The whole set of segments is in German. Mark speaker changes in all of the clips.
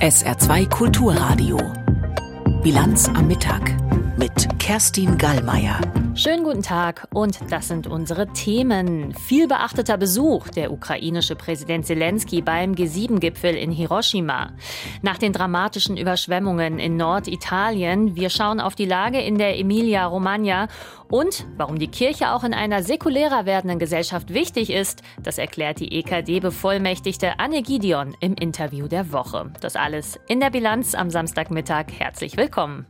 Speaker 1: SR2 Kulturradio. Bilanz am Mittag mit Kerstin Gallmeier.
Speaker 2: Schönen guten Tag und das sind unsere Themen. Viel beachteter Besuch der ukrainische Präsident Selenskyj beim G7-Gipfel in Hiroshima. Nach den dramatischen Überschwemmungen in Norditalien. Wir schauen auf die Lage in der Emilia-Romagna und warum die Kirche auch in einer säkulärer werdenden Gesellschaft wichtig ist. Das erklärt die EKD-Bevollmächtigte Anne Gideon im Interview der Woche. Das alles in der Bilanz am Samstagmittag. Herzlich willkommen.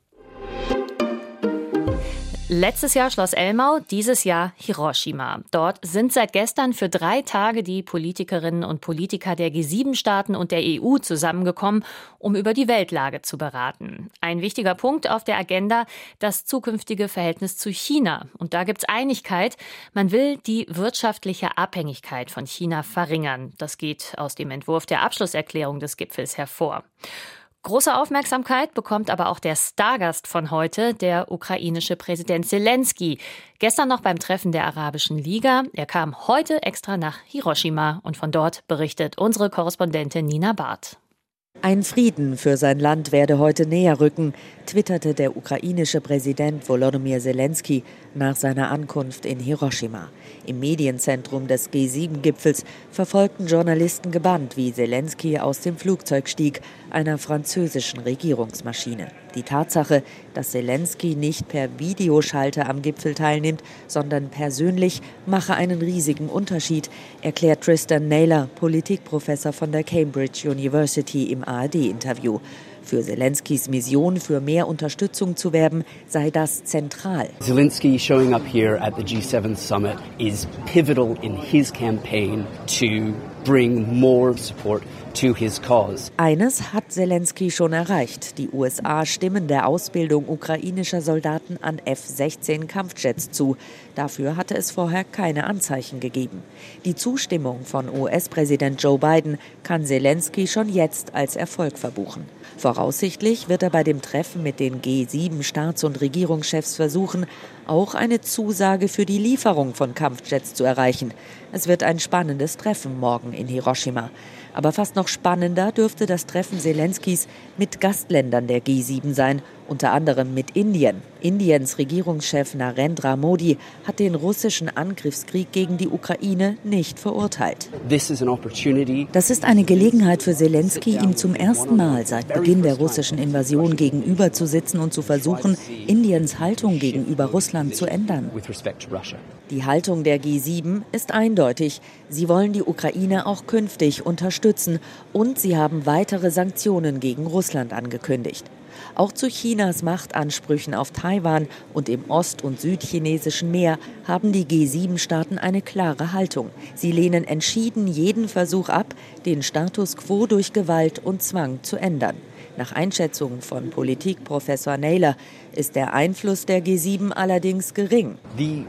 Speaker 2: Letztes Jahr Schloss Elmau, dieses Jahr Hiroshima. Dort sind seit gestern für 3 Tage die Politikerinnen und Politiker der G7-Staaten und der EU zusammengekommen, um über die Weltlage zu beraten. Ein wichtiger Punkt auf der Agenda, das zukünftige Verhältnis zu China. Und da gibt's Einigkeit. Man will die wirtschaftliche Abhängigkeit von China verringern. Das geht aus dem Entwurf der Abschlusserklärung des Gipfels hervor. Große Aufmerksamkeit bekommt aber auch der Stargast von heute, der ukrainische Präsident Selenskyj. Gestern noch beim Treffen der Arabischen Liga. Er kam heute extra nach Hiroshima und von dort berichtet unsere Korrespondentin Nina Barth.
Speaker 3: Ein Frieden für sein Land werde heute näher rücken, twitterte der ukrainische Präsident Volodymyr Selenskyj nach seiner Ankunft in Hiroshima. Im Medienzentrum des G7-Gipfels verfolgten Journalisten gebannt, wie Selenskyj aus dem Flugzeug stieg, einer französischen Regierungsmaschine. Die Tatsache, dass Selenskyj nicht per Videoschalte am Gipfel teilnimmt, sondern persönlich, mache einen riesigen Unterschied, erklärt Tristan Naylor, Politikprofessor von der Cambridge University im ARD-Interview. Für Selenskyjs Mission, für mehr Unterstützung zu werben, sei das zentral.
Speaker 4: Zelenskyj showing up here at the G7 summit is pivotal in his campaign to bring more support to his cause.
Speaker 3: Eines hat Selenskyj schon erreicht. Die USA stimmen der Ausbildung ukrainischer Soldaten an F-16 Kampfjets zu. Dafür hatte es vorher keine Anzeichen gegeben. Die Zustimmung von US-Präsident Joe Biden kann Selenskyj schon jetzt als Erfolg verbuchen. Voraussichtlich wird er bei dem Treffen mit den G7-Staats- und Regierungschefs versuchen, auch eine Zusage für die Lieferung von Kampfjets zu erreichen. Es wird ein spannendes Treffen morgen in Hiroshima. Aber fast noch spannender dürfte das Treffen Selenskyjs mit Gastländern der G7 sein, unter anderem mit Indien. Indiens Regierungschef Narendra Modi hat den russischen Angriffskrieg gegen die Ukraine nicht verurteilt. Das ist eine Gelegenheit für Selenskyj, ihm zum ersten Mal seit Beginn der russischen Invasion gegenüber zu sitzen und zu versuchen, Indiens Haltung gegenüber Russland zu ändern. Die Haltung der G7 ist eindeutig. Sie wollen die Ukraine auch künftig unterstützen und sie haben weitere Sanktionen gegen Russland angekündigt. Auch zu Chinas Machtansprüchen auf Taiwan und im ost- und südchinesischen Meer haben die G7-Staaten eine klare Haltung. Sie lehnen entschieden jeden Versuch ab, den Status quo durch Gewalt und Zwang zu ändern. Nach Einschätzung von Politikprofessor Naylor ist der Einfluss der G7 allerdings gering. Die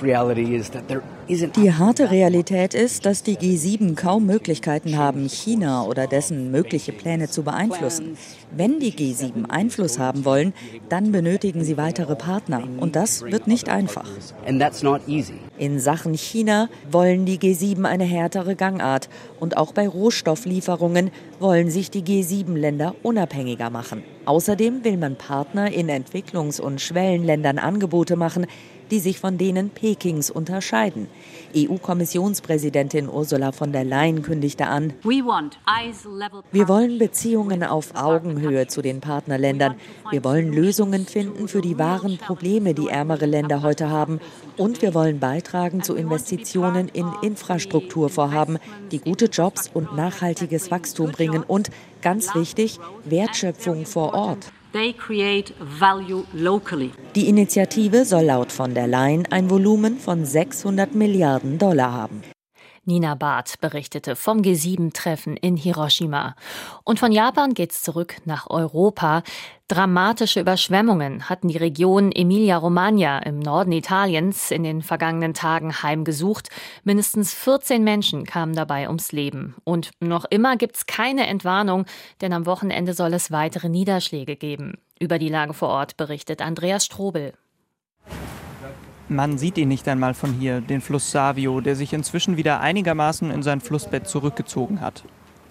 Speaker 3: harte Realität ist, dass die G7 kaum Möglichkeiten haben, China oder dessen mögliche Pläne zu beeinflussen. Wenn die G7 Einfluss haben wollen, dann benötigen sie weitere Partner. Und das wird nicht einfach. In Sachen China wollen die G7 eine härtere Gangart. Und auch bei Rohstofflieferungen wollen sich die G7-Länder unabhängiger machen. Außerdem will man Partner in Entwicklungs- und Schwellenländern Angebote machen, die sich von denen Pekings unterscheiden. EU-Kommissionspräsidentin Ursula von der Leyen kündigte an: Wir wollen Beziehungen auf Augenhöhe zu den Partnerländern. Wir wollen Lösungen finden für die wahren Probleme, die ärmere Länder heute haben. Und wir wollen beitragen zu Investitionen in Infrastrukturvorhaben, die gute Jobs und nachhaltiges Wachstum bringen und, ganz wichtig, Wertschöpfung vor Ort. Die Initiative soll laut von der Leyen ein Volumen von 600 Milliarden Dollar haben.
Speaker 2: Nina Barth berichtete vom G7-Treffen in Hiroshima. Und von Japan geht's zurück nach Europa. Dramatische Überschwemmungen hatten die Region Emilia-Romagna im Norden Italiens in den vergangenen Tagen heimgesucht. Mindestens 14 Menschen kamen dabei ums Leben. Und noch immer gibt's keine Entwarnung, denn am Wochenende soll es weitere Niederschläge geben. Über die Lage vor Ort berichtet Andreas Strobel.
Speaker 5: Man sieht ihn nicht einmal von hier, den Fluss Savio, der sich inzwischen wieder einigermaßen in sein Flussbett zurückgezogen hat.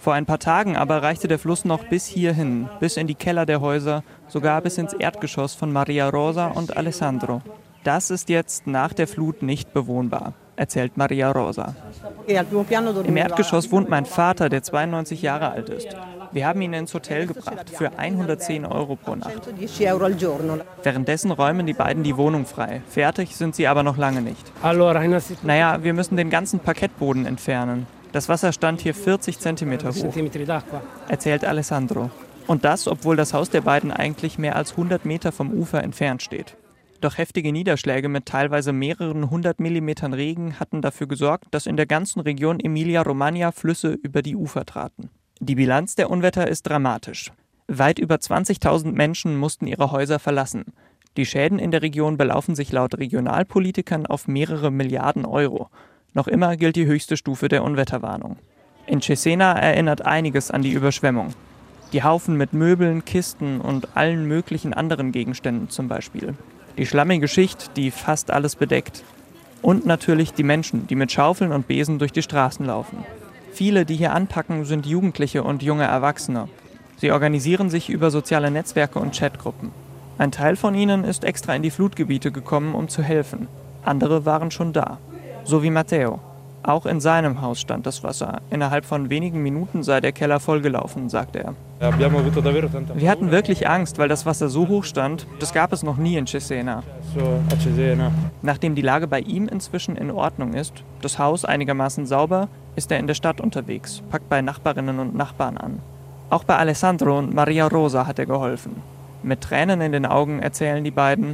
Speaker 5: Vor ein paar Tagen aber reichte der Fluss noch bis hierhin, bis in die Keller der Häuser, sogar bis ins Erdgeschoss von Maria Rosa und Alessandro. Das ist jetzt nach der Flut nicht bewohnbar, erzählt Maria Rosa. Im Erdgeschoss wohnt mein Vater, der 92 Jahre alt ist. Wir haben ihn ins Hotel gebracht für 110 € pro Nacht. Währenddessen räumen die beiden die Wohnung frei. Fertig sind sie aber noch lange nicht. Naja, wir müssen den ganzen Parkettboden entfernen. Das Wasser stand hier 40 Zentimeter hoch, erzählt Alessandro. Und das, obwohl das Haus der beiden eigentlich mehr als 100 Meter vom Ufer entfernt steht. Doch heftige Niederschläge mit teilweise mehreren 100 Millimetern Regen hatten dafür gesorgt, dass in der ganzen Region Emilia-Romagna Flüsse über die Ufer traten. Die Bilanz der Unwetter ist dramatisch. Weit über 20.000 Menschen mussten ihre Häuser verlassen. Die Schäden in der Region belaufen sich laut Regionalpolitikern auf mehrere Milliarden Euro. Noch immer gilt die höchste Stufe der Unwetterwarnung. In Cesena erinnert einiges an die Überschwemmung. Die Haufen mit Möbeln, Kisten und allen möglichen anderen Gegenständen zum Beispiel. Die schlammige Schicht, die fast alles bedeckt. Und natürlich die Menschen, die mit Schaufeln und Besen durch die Straßen laufen. Viele, die hier anpacken, sind Jugendliche und junge Erwachsene. Sie organisieren sich über soziale Netzwerke und Chatgruppen. Ein Teil von ihnen ist extra in die Flutgebiete gekommen, um zu helfen. Andere waren schon da. So wie Matteo. Auch in seinem Haus stand das Wasser. Innerhalb von wenigen Minuten sei der Keller vollgelaufen, sagt er. Wir hatten wirklich Angst, weil das Wasser so hoch stand. Das gab es noch nie in Cesena. Nachdem die Lage bei ihm inzwischen in Ordnung ist, das Haus einigermaßen sauber, ist er in der Stadt unterwegs, packt bei Nachbarinnen und Nachbarn an. Auch bei Alessandro und Maria Rosa hat er geholfen. Mit Tränen in den Augen erzählen die beiden: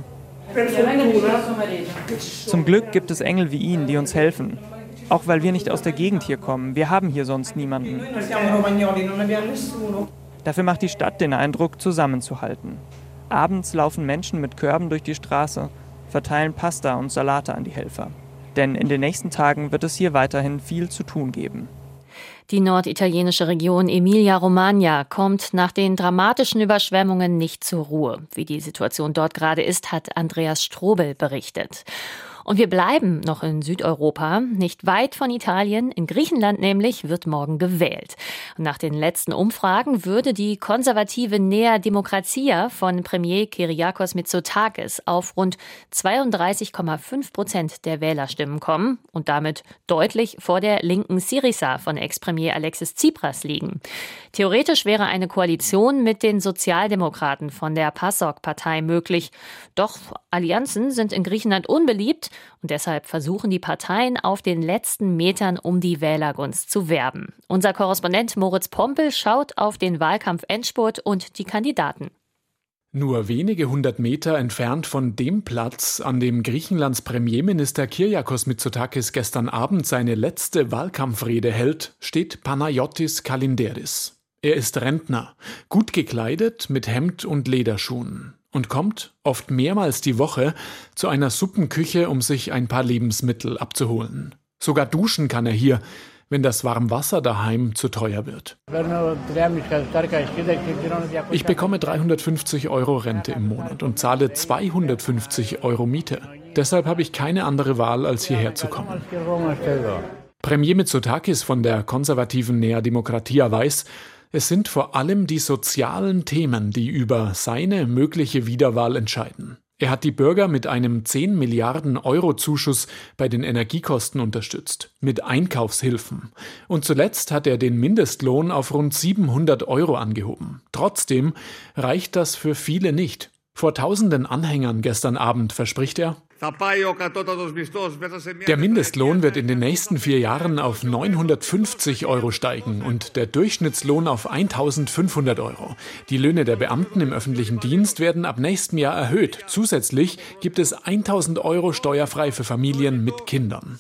Speaker 5: Zum Glück gibt es Engel wie ihn, die uns helfen. Auch weil wir nicht aus der Gegend hier kommen. Wir haben hier sonst niemanden. Dafür macht die Stadt den Eindruck, zusammenzuhalten. Abends laufen Menschen mit Körben durch die Straße, verteilen Pasta und Salate an die Helfer. Denn in den nächsten Tagen wird es hier weiterhin viel zu tun geben.
Speaker 2: Die norditalienische Region Emilia-Romagna kommt nach den dramatischen Überschwemmungen nicht zur Ruhe. Wie die Situation dort gerade ist, hat Andreas Strobel berichtet. Und wir bleiben noch in Südeuropa, nicht weit von Italien. In Griechenland nämlich wird morgen gewählt. Und nach den letzten Umfragen würde die konservative Nea Demokratia von Premier Kyriakos Mitsotakis auf rund 32,5% der Wählerstimmen kommen und damit deutlich vor der linken Syriza von Ex-Premier Alexis Tsipras liegen. Theoretisch wäre eine Koalition mit den Sozialdemokraten von der PASOK-Partei möglich. Doch Allianzen sind in Griechenland unbeliebt. Und deshalb versuchen die Parteien auf den letzten Metern um die Wählergunst zu werben. Unser Korrespondent Moritz Pompel schaut auf den Wahlkampf-Endspurt und die Kandidaten.
Speaker 6: Nur wenige 100 Meter entfernt von dem Platz, an dem Griechenlands Premierminister Kyriakos Mitsotakis gestern Abend seine letzte Wahlkampfrede hält, steht Panagiotis Kalinderis. Er ist Rentner, gut gekleidet mit Hemd und Lederschuhen. Und kommt, oft mehrmals die Woche, zu einer Suppenküche, um sich ein paar Lebensmittel abzuholen. Sogar duschen kann er hier, wenn das Warmwasser daheim zu teuer wird. Ich bekomme 350 € Rente im Monat und zahle 250 € Miete. Deshalb habe ich keine andere Wahl, als hierher zu kommen. Premier Mitsotakis von der konservativen Nea Demokratia weiß, es sind vor allem die sozialen Themen, die über seine mögliche Wiederwahl entscheiden. Er hat die Bürger mit einem 10 Milliarden € Zuschuss bei den Energiekosten unterstützt, mit Einkaufshilfen. Und zuletzt hat er den Mindestlohn auf rund 700 € angehoben. Trotzdem reicht das für viele nicht. Vor tausenden Anhängern gestern Abend verspricht er: Der Mindestlohn wird in den nächsten 4 Jahren auf 950 € steigen und der Durchschnittslohn auf 1.500 €. Die Löhne der Beamten im öffentlichen Dienst werden ab nächstem Jahr erhöht. Zusätzlich gibt es 1.000 € steuerfrei für Familien mit Kindern.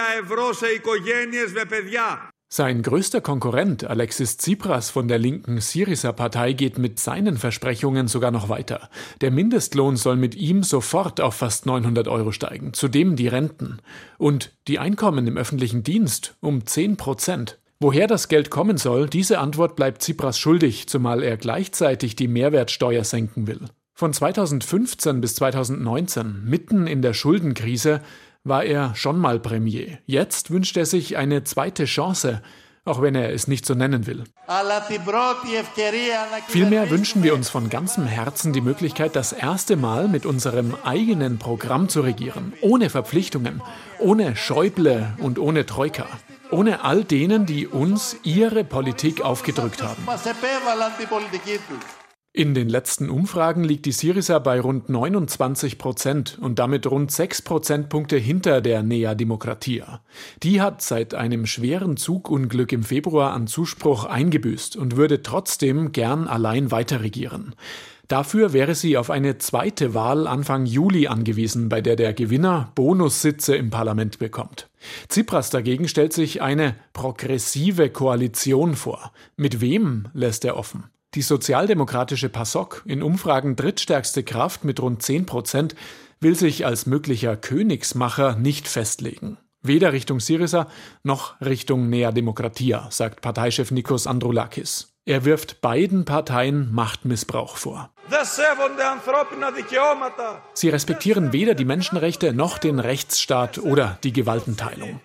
Speaker 6: Sein größter Konkurrent Alexis Tsipras von der linken Syriza-Partei geht mit seinen Versprechungen sogar noch weiter. Der Mindestlohn soll mit ihm sofort auf fast 900 € steigen, zudem die Renten. Und die Einkommen im öffentlichen Dienst um 10%. Woher das Geld kommen soll, diese Antwort bleibt Tsipras schuldig, zumal er gleichzeitig die Mehrwertsteuer senken will. Von 2015 bis 2019, mitten in der Schuldenkrise, war er schon mal Premier. Jetzt wünscht er sich eine zweite Chance. auch wenn er es nicht so nennen will. Vielmehr wünschen wir uns von ganzem Herzen die Möglichkeit, das erste Mal mit unserem eigenen Programm zu regieren, ohne Verpflichtungen, ohne Schäuble und ohne Troika, ohne all denen, die uns ihre Politik aufgedrückt haben. In den letzten Umfragen liegt die Syriza bei rund 29% und damit rund 6 Prozentpunkte hinter der Nea Dimokratia. Die hat seit einem schweren Zugunglück im Februar an Zuspruch eingebüßt und würde trotzdem gern allein weiterregieren. Dafür wäre sie auf eine zweite Wahl Anfang Juli angewiesen, bei der der Gewinner Bonussitze im Parlament bekommt. Tsipras dagegen stellt sich eine progressive Koalition vor. Mit wem lässt er offen? Die sozialdemokratische PASOK, in Umfragen drittstärkste Kraft mit rund 10%, will sich als möglicher Königsmacher nicht festlegen. Weder Richtung Syriza noch Richtung Nea Dimokratia, sagt Parteichef Nikos Androulakis. Er wirft beiden Parteien Machtmissbrauch vor. Sie respektieren weder die Menschenrechte noch den Rechtsstaat oder die Gewaltenteilung.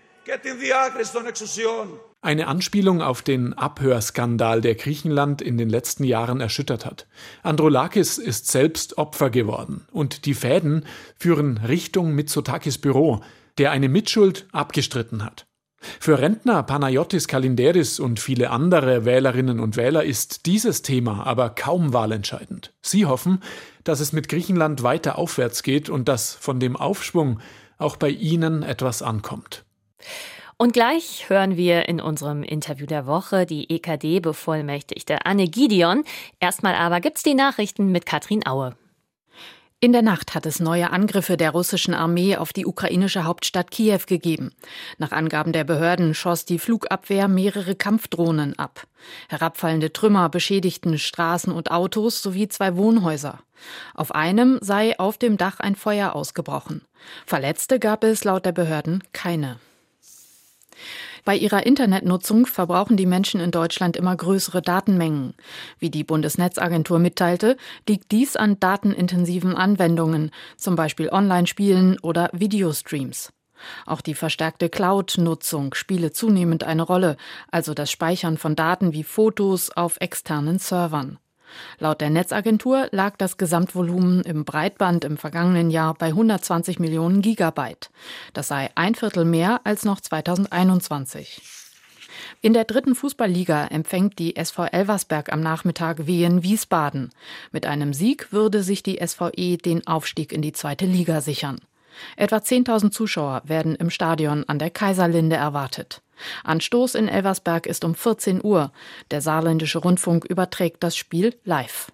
Speaker 6: Eine Anspielung auf den Abhörskandal, der Griechenland in den letzten Jahren erschüttert hat. Androulakis ist selbst Opfer geworden und die Fäden führen Richtung Mitsotakis Büro, der eine Mitschuld abgestritten hat. Für Rentner Panayotis Kalinderis und viele andere Wählerinnen und Wähler ist dieses Thema aber kaum wahlentscheidend. Sie hoffen, dass es mit Griechenland weiter aufwärts geht und dass von dem Aufschwung auch bei ihnen etwas ankommt.
Speaker 2: Und gleich hören wir in unserem Interview der Woche die EKD-Bevollmächtigte Anne Gideon. Erstmal aber gibt's die Nachrichten mit Katrin Aue.
Speaker 7: In der Nacht hat es neue Angriffe der russischen Armee auf die ukrainische Hauptstadt Kiew gegeben. Nach Angaben der Behörden schoss die Flugabwehr mehrere Kampfdrohnen ab. Herabfallende Trümmer beschädigten Straßen und Autos sowie 2 Wohnhäuser. Auf einem sei auf dem Dach ein Feuer ausgebrochen. Verletzte gab es laut der Behörden keine. Bei ihrer Internetnutzung verbrauchen die Menschen in Deutschland immer größere Datenmengen. Wie die Bundesnetzagentur mitteilte, liegt dies an datenintensiven Anwendungen, zum Beispiel Online-Spielen oder Videostreams. Auch die verstärkte Cloud-Nutzung spiele zunehmend eine Rolle, also das Speichern von Daten wie Fotos auf externen Servern. Laut der Netzagentur lag das Gesamtvolumen im Breitband im vergangenen Jahr bei 120 Millionen Gigabyte. Das sei 1/4 mehr als noch 2021. In der 3. Fußballliga empfängt die SV Elversberg am Nachmittag Wien Wiesbaden. Mit einem Sieg würde sich die SVE den Aufstieg in die 2. Liga sichern. Etwa 10.000 Zuschauer werden im Stadion an der Kaiserlinde erwartet. Anstoß in Elversberg ist um 14 Uhr. Der Saarländische Rundfunk überträgt das Spiel live.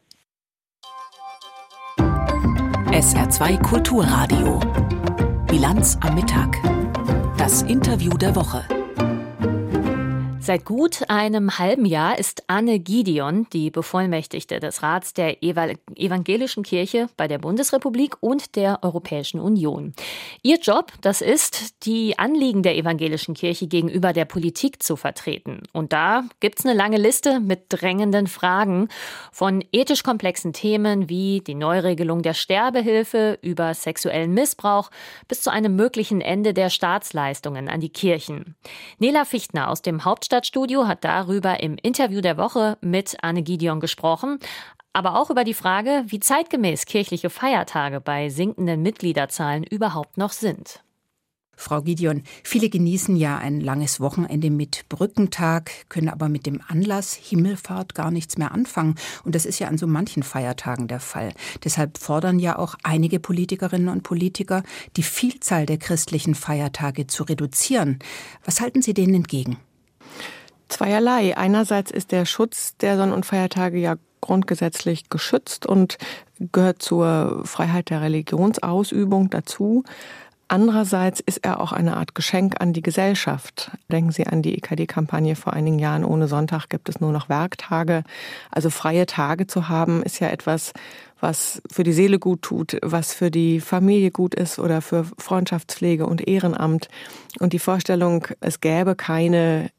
Speaker 1: SR2 Kulturradio. Bilanz am Mittag. Das Interview der Woche.
Speaker 2: Seit gut einem halben Jahr ist Anne Gideon die Bevollmächtigte des Rats der Evangelischen Kirche bei der Bundesrepublik und der Europäischen Union. Ihr Job, das ist, die Anliegen der Evangelischen Kirche gegenüber der Politik zu vertreten. Und da gibt's eine lange Liste mit drängenden Fragen, von ethisch komplexen Themen wie die Neuregelung der Sterbehilfe über sexuellen Missbrauch bis zu einem möglichen Ende der Staatsleistungen an die Kirchen. Nela Fichtner aus dem Hauptstadtstudio hat darüber im Interview der Woche mit Anne Gideon gesprochen, aber auch über die Frage, wie zeitgemäß kirchliche Feiertage bei sinkenden Mitgliederzahlen überhaupt noch sind.
Speaker 8: Frau Gideon, viele genießen ja ein langes Wochenende mit Brückentag, können aber mit dem Anlass Himmelfahrt gar nichts mehr anfangen. Und das ist ja an so manchen Feiertagen der Fall. Deshalb fordern ja auch einige Politikerinnen und Politiker, die Vielzahl der christlichen Feiertage zu reduzieren. Was halten Sie denen entgegen?
Speaker 9: Zweierlei. Einerseits ist der Schutz der Sonn- und Feiertage ja grundgesetzlich geschützt und gehört zur Freiheit der Religionsausübung dazu. Andererseits ist er auch eine Art Geschenk an die Gesellschaft. Denken Sie an die EKD-Kampagne vor einigen Jahren, ohne Sonntag gibt es nur noch Werktage. Also freie Tage zu haben, ist ja etwas, was für die Seele gut tut, was für die Familie gut ist oder für Freundschaftspflege und Ehrenamt. Und die Vorstellung, es gäbe keine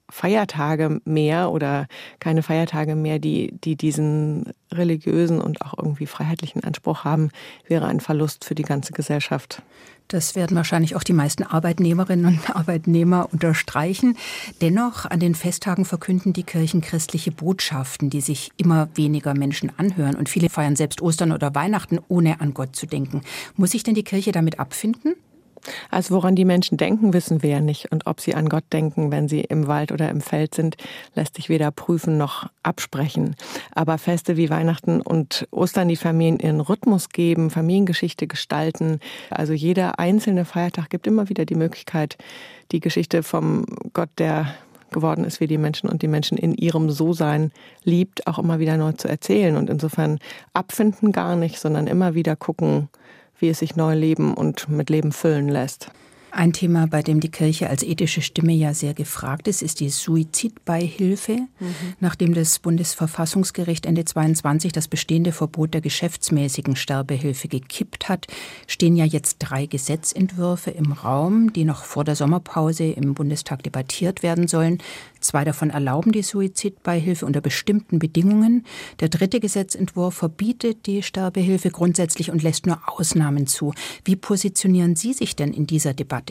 Speaker 9: Feiertage mehr oder keine Feiertage mehr, die diesen religiösen und auch irgendwie freiheitlichen Anspruch haben, wäre ein Verlust für die ganze Gesellschaft.
Speaker 8: Das werden wahrscheinlich auch die meisten Arbeitnehmerinnen und Arbeitnehmer unterstreichen. Dennoch, an den Festtagen verkünden die Kirchen christliche Botschaften, die sich immer weniger Menschen anhören. Und viele feiern selbst Ostern oder Weihnachten, ohne an Gott zu denken. Muss sich denn die Kirche damit abfinden?
Speaker 9: Also woran die Menschen denken, wissen wir ja nicht. Und ob sie an Gott denken, wenn sie im Wald oder im Feld sind, lässt sich weder prüfen noch absprechen. Aber Feste wie Weihnachten und Ostern, die Familien ihren Rhythmus geben, Familiengeschichte gestalten. Also jeder einzelne Feiertag gibt immer wieder die Möglichkeit, die Geschichte vom Gott, der geworden ist wie die Menschen und die Menschen in ihrem So-Sein liebt, auch immer wieder neu zu erzählen. Und insofern abfinden gar nicht, sondern immer wieder gucken, wie es sich neu leben und mit Leben füllen lässt.
Speaker 8: Ein Thema, bei dem die Kirche als ethische Stimme ja sehr gefragt ist die Suizidbeihilfe. Nachdem das Bundesverfassungsgericht Ende 2022 das bestehende Verbot der geschäftsmäßigen Sterbehilfe gekippt hat, stehen ja jetzt 3 Gesetzentwürfe im Raum, die noch vor der Sommerpause im Bundestag debattiert werden sollen. 2 davon erlauben die Suizidbeihilfe unter bestimmten Bedingungen. Der 3. Gesetzentwurf verbietet die Sterbehilfe grundsätzlich und lässt nur Ausnahmen zu. Wie positionieren Sie sich denn in dieser Debatte?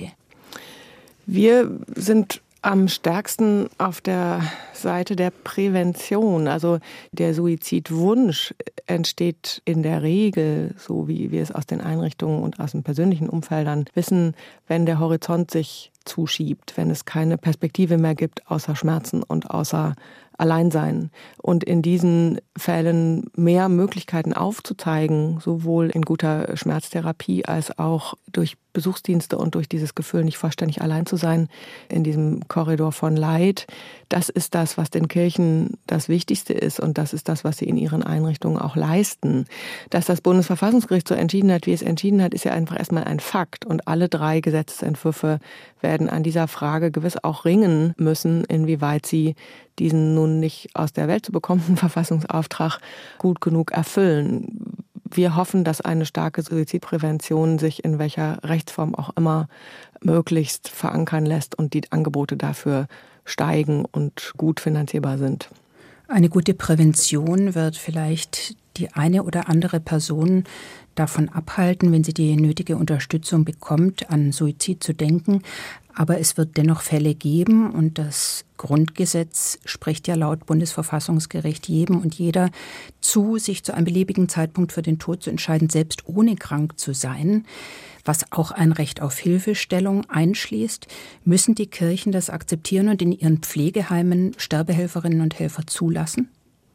Speaker 9: Wir sind am stärksten auf der Seite der Prävention. Also der Suizidwunsch entsteht in der Regel, so wie wir es aus den Einrichtungen und aus den persönlichen Umfeldern wissen, wenn der Horizont sich zuschiebt, wenn es keine Perspektive mehr gibt, außer Schmerzen und außer Alleinsein. Und in diesen Fällen mehr Möglichkeiten aufzuzeigen, sowohl in guter Schmerztherapie als auch durch Besuchsdienste und durch dieses Gefühl, nicht vollständig allein zu sein in diesem Korridor von Leid. Das ist das, was den Kirchen das Wichtigste ist und das ist das, was sie in ihren Einrichtungen auch leisten. Dass das Bundesverfassungsgericht so entschieden hat, wie es entschieden hat, ist ja einfach erstmal ein Fakt. Und alle 3 Gesetzesentwürfe werden an dieser Frage gewiss auch ringen müssen, inwieweit sie diesen nun nicht aus der Welt zu bekommenden Verfassungsauftrag gut genug erfüllen. Wir hoffen, dass eine starke Suizidprävention sich in welcher Rechtsform auch immer möglichst verankern lässt und die Angebote dafür steigen und gut finanzierbar sind.
Speaker 8: Eine gute Prävention wird vielleicht die eine oder andere Person davon abhalten, wenn sie die nötige Unterstützung bekommt, an Suizid zu denken. Aber es wird dennoch Fälle geben und das Grundgesetz spricht ja laut Bundesverfassungsgericht jedem und jeder zu, sich zu einem beliebigen Zeitpunkt für den Tod zu entscheiden, selbst ohne krank zu sein, was auch ein Recht auf Hilfestellung einschließt. Müssen die Kirchen das akzeptieren und in ihren Pflegeheimen Sterbehelferinnen und Helfer zulassen?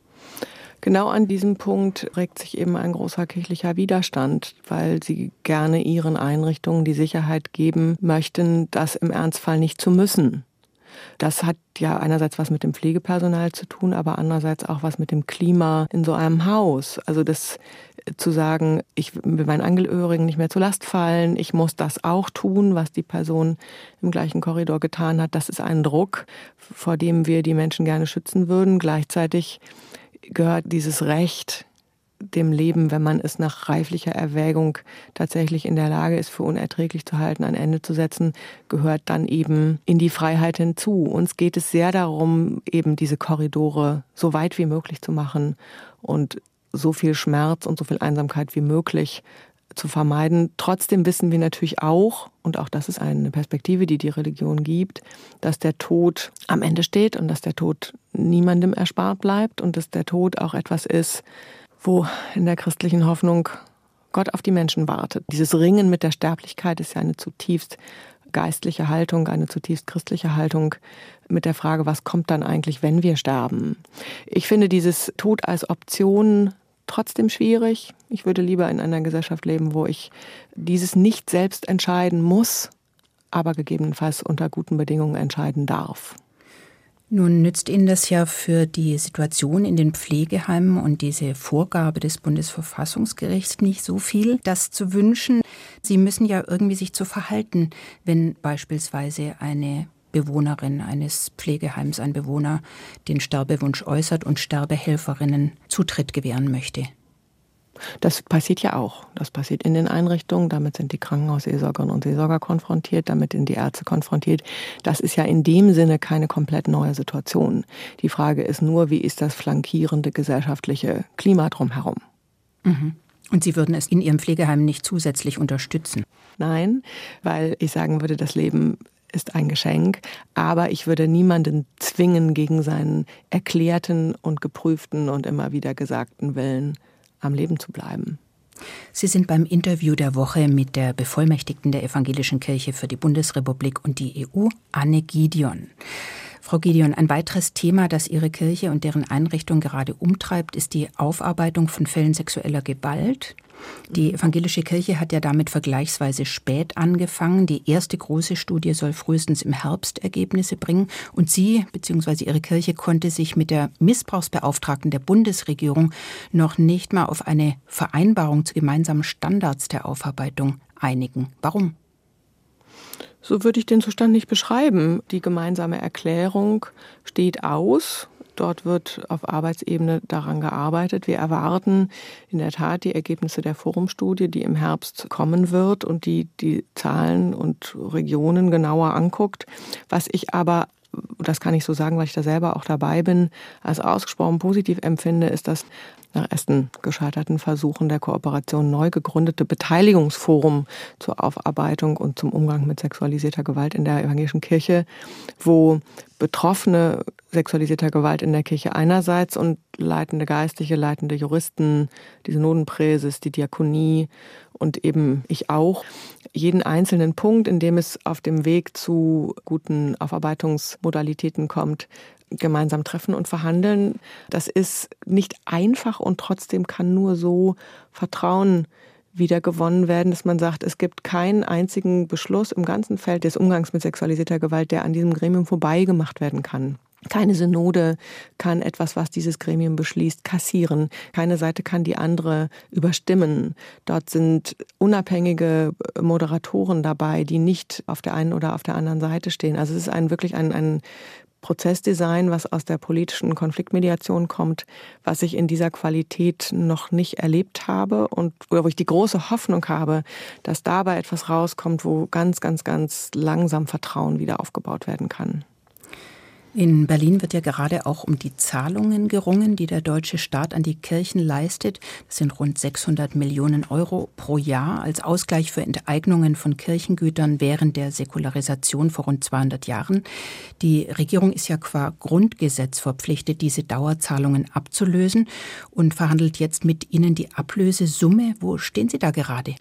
Speaker 9: Genau an diesem Punkt regt sich eben ein großer kirchlicher Widerstand, weil sie gerne ihren Einrichtungen die Sicherheit geben möchten, das im Ernstfall nicht zu müssen. Das hat ja einerseits was mit dem Pflegepersonal zu tun, aber andererseits auch was mit dem Klima in so einem Haus. Also das zu sagen, ich will meinen Angehörigen nicht mehr zur Last fallen, ich muss das auch tun, was die Person im gleichen Korridor getan hat, das ist ein Druck, vor dem wir die Menschen gerne schützen würden. Gleichzeitig gehört dieses Recht dem Leben, wenn man es nach reiflicher Erwägung tatsächlich in der Lage ist, für unerträglich zu halten, ein Ende zu setzen, gehört dann eben in die Freiheit hinzu. Uns geht es sehr darum, eben diese Korridore so weit wie möglich zu machen und so viel Schmerz und so viel Einsamkeit wie möglich zu vermeiden. Trotzdem wissen wir natürlich auch, und auch das ist eine Perspektive, die die Religion gibt, dass der Tod am Ende steht und dass der Tod niemandem erspart bleibt und dass der Tod auch etwas ist, wo in der christlichen Hoffnung Gott auf die Menschen wartet. Dieses Ringen mit der Sterblichkeit ist ja eine zutiefst geistliche Haltung, eine zutiefst christliche Haltung mit der Frage, was kommt dann eigentlich, wenn wir sterben? Ich finde dieses Tod als Option trotzdem schwierig. Ich würde lieber in einer Gesellschaft leben, wo ich dieses nicht selbst entscheiden muss, aber gegebenenfalls unter guten Bedingungen entscheiden darf.
Speaker 8: Nun nützt Ihnen das ja für die Situation in den Pflegeheimen und diese Vorgabe des Bundesverfassungsgerichts nicht so viel, das zu wünschen. Sie müssen ja irgendwie sich zu verhalten, wenn beispielsweise eine Bewohnerin eines Pflegeheims, ein Bewohner, den Sterbewunsch äußert und Sterbehelferinnen Zutritt gewähren möchte.
Speaker 9: Das passiert ja auch. Das passiert in den Einrichtungen. Damit sind die Krankenhausseelsorgerinnen und Seelsorger konfrontiert, damit sind die Ärzte konfrontiert. Das ist ja in dem Sinne keine komplett neue Situation. Die Frage ist nur, wie ist das flankierende gesellschaftliche Klima drumherum?
Speaker 8: Mhm. Und Sie würden es in Ihrem Pflegeheim nicht zusätzlich unterstützen?
Speaker 9: Nein, weil ich sagen würde, das Leben ist ein Geschenk, aber ich würde niemanden zwingen, gegen seinen erklärten und geprüften und immer wieder gesagten Willen am Leben zu bleiben.
Speaker 8: Sie sind beim Interview der Woche mit der Bevollmächtigten der Evangelischen Kirche für die Bundesrepublik und die EU, Anne Gideon. Frau Gideon, ein weiteres Thema, das Ihre Kirche und deren Einrichtung gerade umtreibt, ist die Aufarbeitung von Fällen sexueller Gewalt. Die Evangelische Kirche hat ja damit vergleichsweise spät angefangen. Die erste große Studie soll frühestens im Herbst Ergebnisse bringen. Und Sie bzw. Ihre Kirche konnte sich mit der Missbrauchsbeauftragten der Bundesregierung noch nicht mal auf eine Vereinbarung zu gemeinsamen Standards der Aufarbeitung einigen. Warum?
Speaker 9: So würde ich den Zustand nicht beschreiben. Die gemeinsame Erklärung steht aus. Dort wird auf Arbeitsebene daran gearbeitet. Wir erwarten in der Tat die Ergebnisse der Forumstudie, die im Herbst kommen wird und die Zahlen und Regionen genauer anguckt. Was ich aber, das kann ich so sagen, weil ich da selber auch dabei bin, als ausgesprochen positiv empfinde, ist das nach ersten gescheiterten Versuchen der Kooperation neu gegründete Beteiligungsforum zur Aufarbeitung und zum Umgang mit sexualisierter Gewalt in der evangelischen Kirche, wo Betroffene sexualisierter Gewalt in der Kirche einerseits und leitende Geistliche, leitende Juristen, die Synodenpräses, die Diakonie und eben ich auch, jeden einzelnen Punkt, in dem es auf dem Weg zu guten Aufarbeitungsmodalitäten kommt, gemeinsam treffen und verhandeln. Das ist nicht einfach und trotzdem kann nur so Vertrauen wieder gewonnen werden, dass man sagt, es gibt keinen einzigen Beschluss im ganzen Feld des Umgangs mit sexualisierter Gewalt, der an diesem Gremium vorbeigemacht werden kann. Keine Synode kann etwas, was dieses Gremium beschließt, kassieren. Keine Seite kann die andere überstimmen. Dort sind unabhängige Moderatoren dabei, die nicht auf der einen oder auf der anderen Seite stehen. Also es ist wirklich ein Prozessdesign, was aus der politischen Konfliktmediation kommt, was ich in dieser Qualität noch nicht erlebt habe und wo ich die große Hoffnung habe, dass dabei etwas rauskommt, wo ganz, ganz, ganz langsam Vertrauen wieder aufgebaut werden kann.
Speaker 8: In Berlin wird ja gerade auch um die Zahlungen gerungen, die der deutsche Staat an die Kirchen leistet. Das sind rund 600 Millionen Euro pro Jahr als Ausgleich für Enteignungen von Kirchengütern während der Säkularisation vor rund 200 Jahren. Die Regierung ist ja qua Grundgesetz verpflichtet, diese Dauerzahlungen abzulösen und verhandelt jetzt mit Ihnen die Ablösesumme. Wo stehen Sie da gerade?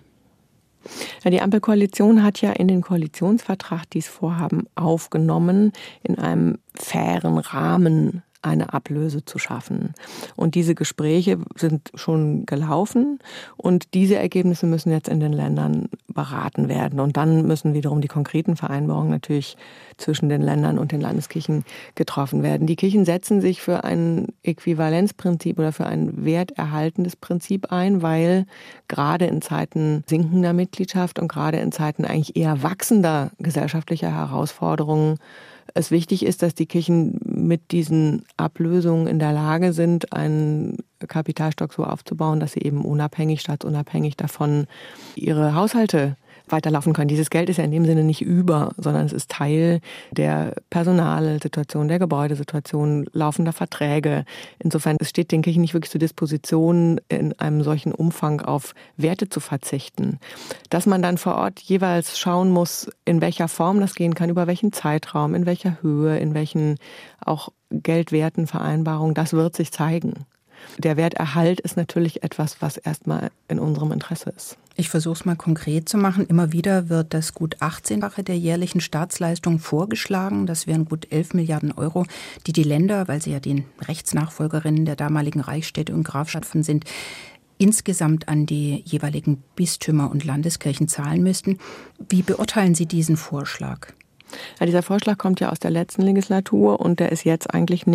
Speaker 9: Ja, die Ampelkoalition hat ja in den Koalitionsvertrag dieses Vorhaben aufgenommen, in einem fairen Rahmen eine Ablöse zu schaffen. Und diese Gespräche sind schon gelaufen und diese Ergebnisse müssen jetzt in den Ländern beraten werden. Und dann müssen wiederum die konkreten Vereinbarungen natürlich zwischen den Ländern und den Landeskirchen getroffen werden. Die Kirchen setzen sich für ein Äquivalenzprinzip oder für ein werterhaltendes Prinzip ein, weil gerade in Zeiten sinkender Mitgliedschaft und gerade in Zeiten eigentlich eher wachsender gesellschaftlicher Herausforderungen es wichtig ist, dass die Kirchen mit diesen Ablösungen in der Lage sind, einen Kapitalstock so aufzubauen, dass sie eben unabhängig, staatsunabhängig davon ihre Haushalte weiterlaufen können. Dieses Geld ist ja in dem Sinne nicht über, sondern es ist Teil der Personalsituation, der Gebäudesituation, laufender Verträge. Insofern es steht den Kirchen nicht wirklich zur Disposition, in einem solchen Umfang auf Werte zu verzichten. Dass man dann vor Ort jeweils schauen muss, in welcher Form das gehen kann, über welchen Zeitraum, in welcher Höhe, in welchen auch geldwerten Vereinbarungen, das wird sich zeigen. Der Werterhalt ist natürlich etwas, was erstmal in unserem Interesse ist.
Speaker 8: Ich versuche es mal konkret zu machen. Immer wieder wird das gut 18-fache der jährlichen Staatsleistung vorgeschlagen. Das wären gut 11 Milliarden Euro, die die Länder, weil sie ja den Rechtsnachfolgerinnen der damaligen Reichsstädte und Grafschaften sind, insgesamt an die jeweiligen Bistümer und Landeskirchen zahlen müssten. Wie beurteilen Sie diesen Vorschlag?
Speaker 9: Ja, dieser Vorschlag kommt ja aus der letzten Legislatur und der ist jetzt eigentlich nicht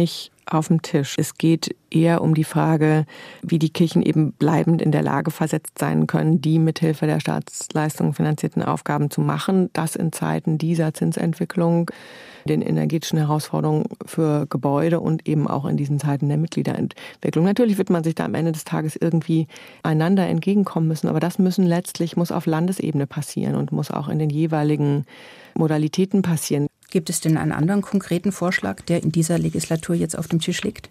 Speaker 9: auf dem Tisch. Es geht eher um die Frage, wie die Kirchen eben bleibend in der Lage versetzt sein können, die mithilfe der Staatsleistungen finanzierten Aufgaben zu machen. Das in Zeiten dieser Zinsentwicklung, den energetischen Herausforderungen für Gebäude und eben auch in diesen Zeiten der Mitgliederentwicklung. Natürlich wird man sich da am Ende des Tages irgendwie einander entgegenkommen müssen, aber das muss auf Landesebene passieren und muss auch in den jeweiligen Modalitäten passieren.
Speaker 8: Gibt es denn einen anderen konkreten Vorschlag, der in dieser Legislatur jetzt auf dem Tisch liegt?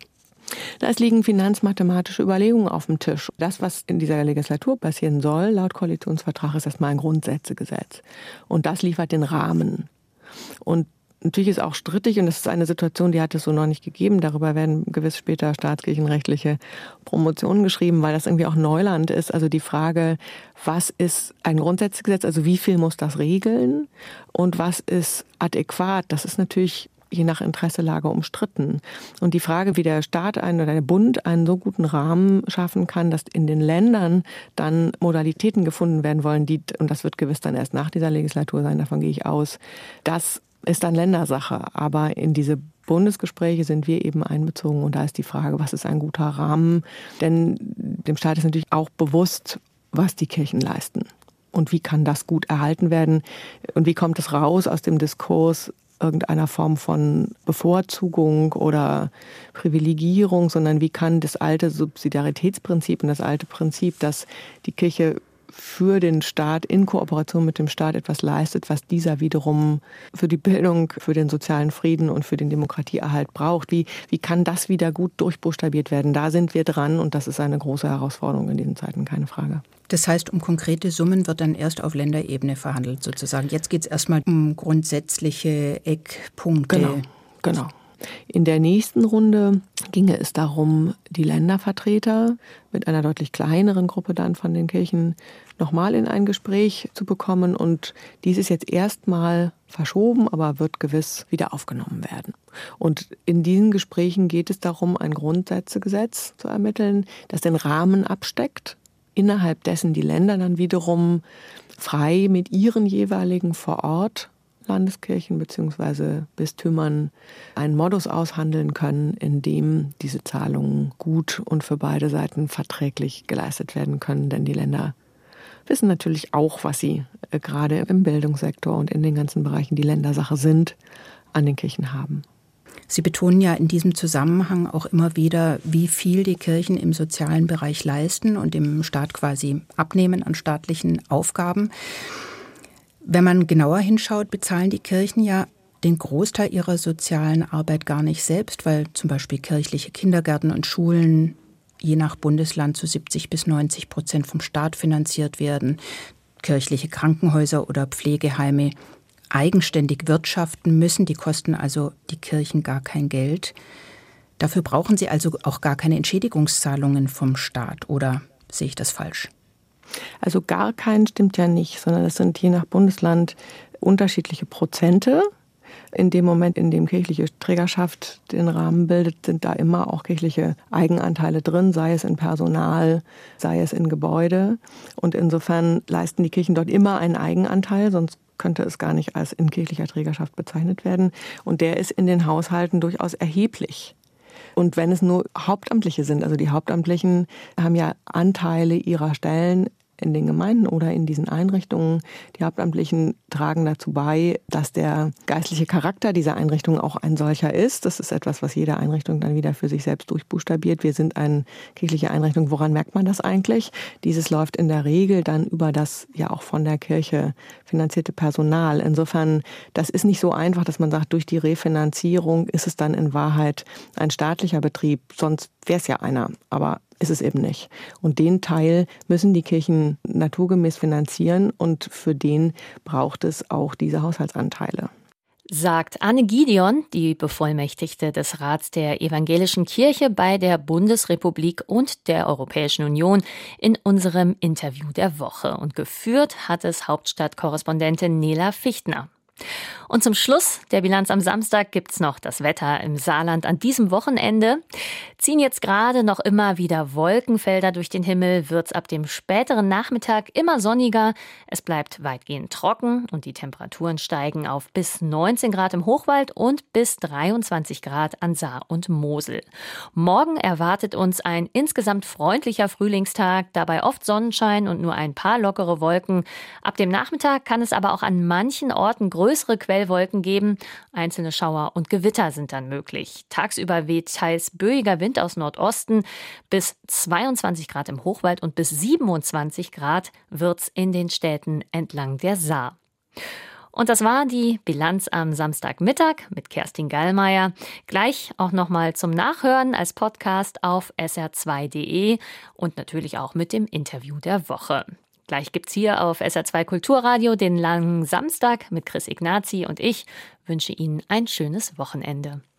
Speaker 9: Es liegen finanzmathematische Überlegungen auf dem Tisch. Das, was in dieser Legislatur passieren soll, laut Koalitionsvertrag, ist erstmal ein Grundsätzegesetz. Und das liefert den Rahmen. Und natürlich ist auch strittig, und das ist eine Situation, die hat es so noch nicht gegeben. Darüber werden gewiss später staatskirchenrechtliche Promotionen geschrieben, weil das irgendwie auch Neuland ist. Also die Frage, was ist ein Grundsätzegesetz, also wie viel muss das regeln und was ist adäquat, das ist natürlich je nach Interesselage umstritten. Und die Frage, wie der Staat oder der Bund einen so guten Rahmen schaffen kann, dass in den Ländern dann Modalitäten gefunden werden wollen, und das wird gewiss dann erst nach dieser Legislatur sein, davon gehe ich aus, das ist dann Ländersache. Aber in diese Bundesgespräche sind wir eben einbezogen. Und da ist die Frage, was ist ein guter Rahmen? Denn dem Staat ist natürlich auch bewusst, was die Kirchen leisten. Und wie kann das gut erhalten werden? Und wie kommt es raus aus dem Diskurs irgendeiner Form von Bevorzugung oder Privilegierung, sondern wie kann das alte Subsidiaritätsprinzip und das alte Prinzip, dass die Kirche für den Staat, in Kooperation mit dem Staat etwas leistet, was dieser wiederum für die Bildung, für den sozialen Frieden und für den Demokratieerhalt braucht. Wie kann das wieder gut durchbuchstabiert werden? Da sind wir dran und das ist eine große Herausforderung in diesen Zeiten, keine Frage.
Speaker 8: Das heißt, um konkrete Summen wird dann erst auf Länderebene verhandelt sozusagen. Jetzt geht es erstmal um grundsätzliche Eckpunkte.
Speaker 9: Genau. In der nächsten Runde ginge es darum, die Ländervertreter mit einer deutlich kleineren Gruppe dann von den Kirchen nochmal in ein Gespräch zu bekommen. Und dies ist jetzt erstmal verschoben, aber wird gewiss wieder aufgenommen werden. Und in diesen Gesprächen geht es darum, ein Grundsätzegesetz zu ermitteln, das den Rahmen absteckt, innerhalb dessen die Länder dann wiederum frei mit ihren jeweiligen vor Ort Landeskirchen bzw. Bistümern einen Modus aushandeln können, in dem diese Zahlungen gut und für beide Seiten verträglich geleistet werden können. Denn die Länder wissen natürlich auch, was sie gerade im Bildungssektor und in den ganzen Bereichen, die Ländersache sind, an den Kirchen haben.
Speaker 8: Sie betonen ja in diesem Zusammenhang auch immer wieder, wie viel die Kirchen im sozialen Bereich leisten und dem Staat quasi abnehmen an staatlichen Aufgaben. Wenn man genauer hinschaut, bezahlen die Kirchen ja den Großteil ihrer sozialen Arbeit gar nicht selbst, weil zum Beispiel kirchliche Kindergärten und Schulen je nach Bundesland zu 70-90% vom Staat finanziert werden, kirchliche Krankenhäuser oder Pflegeheime eigenständig wirtschaften müssen. Die kosten also die Kirchen gar kein Geld. Dafür brauchen sie also auch gar keine Entschädigungszahlungen vom Staat. Oder sehe ich das falsch?
Speaker 9: Also gar keinen stimmt ja nicht, sondern es sind je nach Bundesland unterschiedliche Prozente. In dem Moment, in dem kirchliche Trägerschaft den Rahmen bildet, sind da immer auch kirchliche Eigenanteile drin, sei es in Personal, sei es in Gebäude. Und insofern leisten die Kirchen dort immer einen Eigenanteil, sonst könnte es gar nicht als in kirchlicher Trägerschaft bezeichnet werden. Und der ist in den Haushalten durchaus erheblich. Und wenn es nur Hauptamtliche sind, also die Hauptamtlichen haben ja Anteile ihrer Stellen in den Gemeinden oder in diesen Einrichtungen. Die Hauptamtlichen tragen dazu bei, dass der geistliche Charakter dieser Einrichtung auch ein solcher ist. Das ist etwas, was jede Einrichtung dann wieder für sich selbst durchbuchstabiert. Wir sind eine kirchliche Einrichtung. Woran merkt man das eigentlich? Dieses läuft in der Regel dann über das ja auch von der Kirche finanzierte Personal. Insofern, das ist nicht so einfach, dass man sagt, durch die Refinanzierung ist es dann in Wahrheit ein staatlicher Betrieb. Sonst wäre es ja einer. Aber ist es eben nicht. Und den Teil müssen die Kirchen naturgemäß finanzieren und für den braucht es auch diese Haushaltsanteile.
Speaker 2: Sagt Anne Gideon, die Bevollmächtigte des Rats der Evangelischen Kirche bei der Bundesrepublik und der Europäischen Union in unserem Interview der Woche. Und geführt hat es Hauptstadtkorrespondentin Nela Fichtner. Und zum Schluss der Bilanz am Samstag gibt's noch das Wetter im Saarland an diesem Wochenende. Ziehen jetzt gerade noch immer wieder Wolkenfelder durch den Himmel, wird es ab dem späteren Nachmittag immer sonniger. Es bleibt weitgehend trocken und die Temperaturen steigen auf bis 19 Grad im Hochwald und bis 23 Grad an Saar und Mosel. Morgen erwartet uns ein insgesamt freundlicher Frühlingstag, dabei oft Sonnenschein und nur ein paar lockere Wolken. Ab dem Nachmittag kann es aber auch an manchen Orten größere Quellwolken geben. Einzelne Schauer und Gewitter sind dann möglich. Tagsüber weht teils böiger Wind aus Nordosten. Bis 22 Grad im Hochwald und bis 27 Grad wird's in den Städten entlang der Saar. Und das war die Bilanz am Samstagmittag mit Kerstin Gallmeier. Gleich auch nochmal zum Nachhören als Podcast auf sr2.de und natürlich auch mit dem Interview der Woche. Gleich gibt's hier auf SR2 Kulturradio den langen Samstag mit Chris Ignazi und ich wünsche Ihnen ein schönes Wochenende.